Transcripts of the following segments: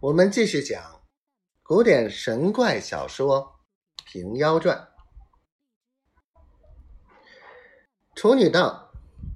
我们继续讲古典神怪小说《平妖传》。处女道：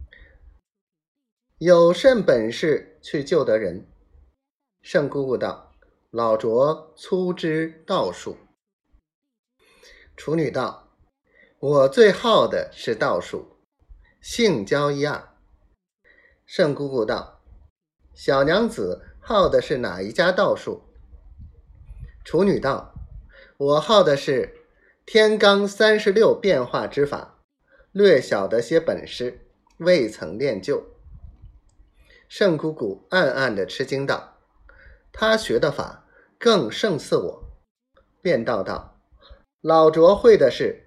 有甚本事去救得人？圣姑姑道：老拙粗知道术。处女道：我最好的是道术，性交一二。圣姑姑道：小娘子好的是哪一家道术？处女道：我好的是天罡36变化之法，略晓得些本事，未曾练就。圣姑姑暗暗地吃惊道：他学的法更胜似我。便道：老拙会的是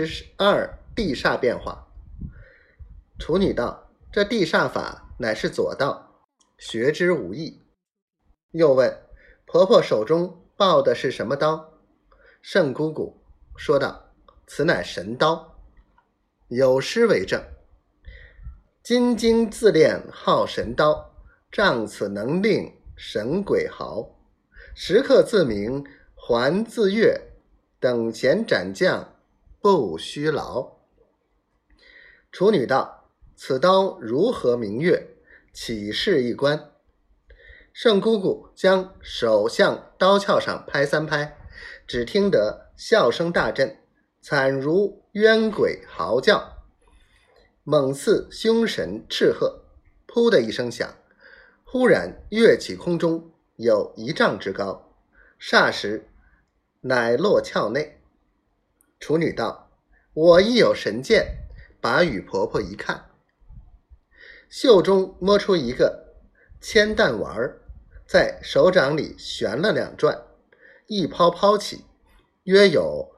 72地煞变化。处女道：这地煞法乃是左道，学之无益。又问婆婆手中抱的是什么刀？圣姑姑说道：此乃神刀。有诗为证：金睛自恋好神刀，仗此能令神鬼嚎。时刻自明还自悦，等闲斩将不须劳。处女道：此刀如何明月？启示一观。圣姑姑将手向刀鞘上拍3拍，只听得笑声大震，惨如冤鬼嚎叫，猛似凶神斥喝，噗的一声响，忽然跃起空中有1丈之高，霎时乃落鞘内。处女道：我亦有神剑，把与婆婆一看。袖中摸出一个铅弹丸，在手掌里旋了2转，一抛起，约有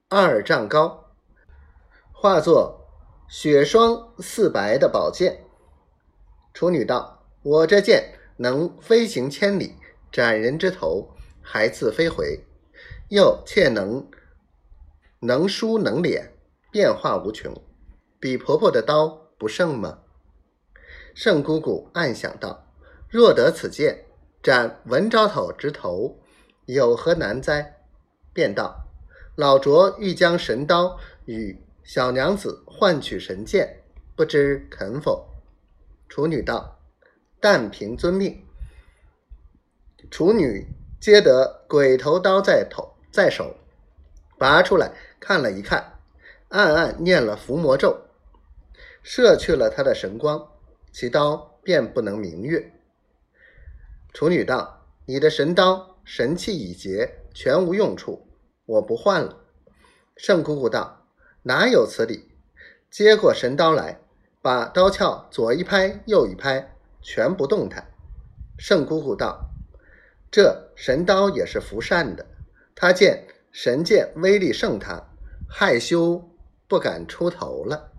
2丈高，化作雪霜似白的宝剑。处女道：我这剑能飞行千里，斩人之头，还自飞回，又且能书能敛，变化无穷，比婆婆的刀不胜吗？圣姑姑暗想道：若得此剑，斩文昭头之头，有何难哉？便道：老拙欲将神刀与小娘子换取神剑，不知肯否？处女道：但凭遵命。处女接得鬼头刀在手，拔出来看了一看，暗暗念了伏魔咒，摄去了他的神光，其刀便不能明月。处女道：你的神刀神气已竭，全无用处，我不换了。圣姑姑道：哪有此理？接过神刀来，把刀鞘左一拍右一拍，全不动弹。圣姑姑道：这神刀也是福善的，他见神剑威力胜他，害羞不敢出头了。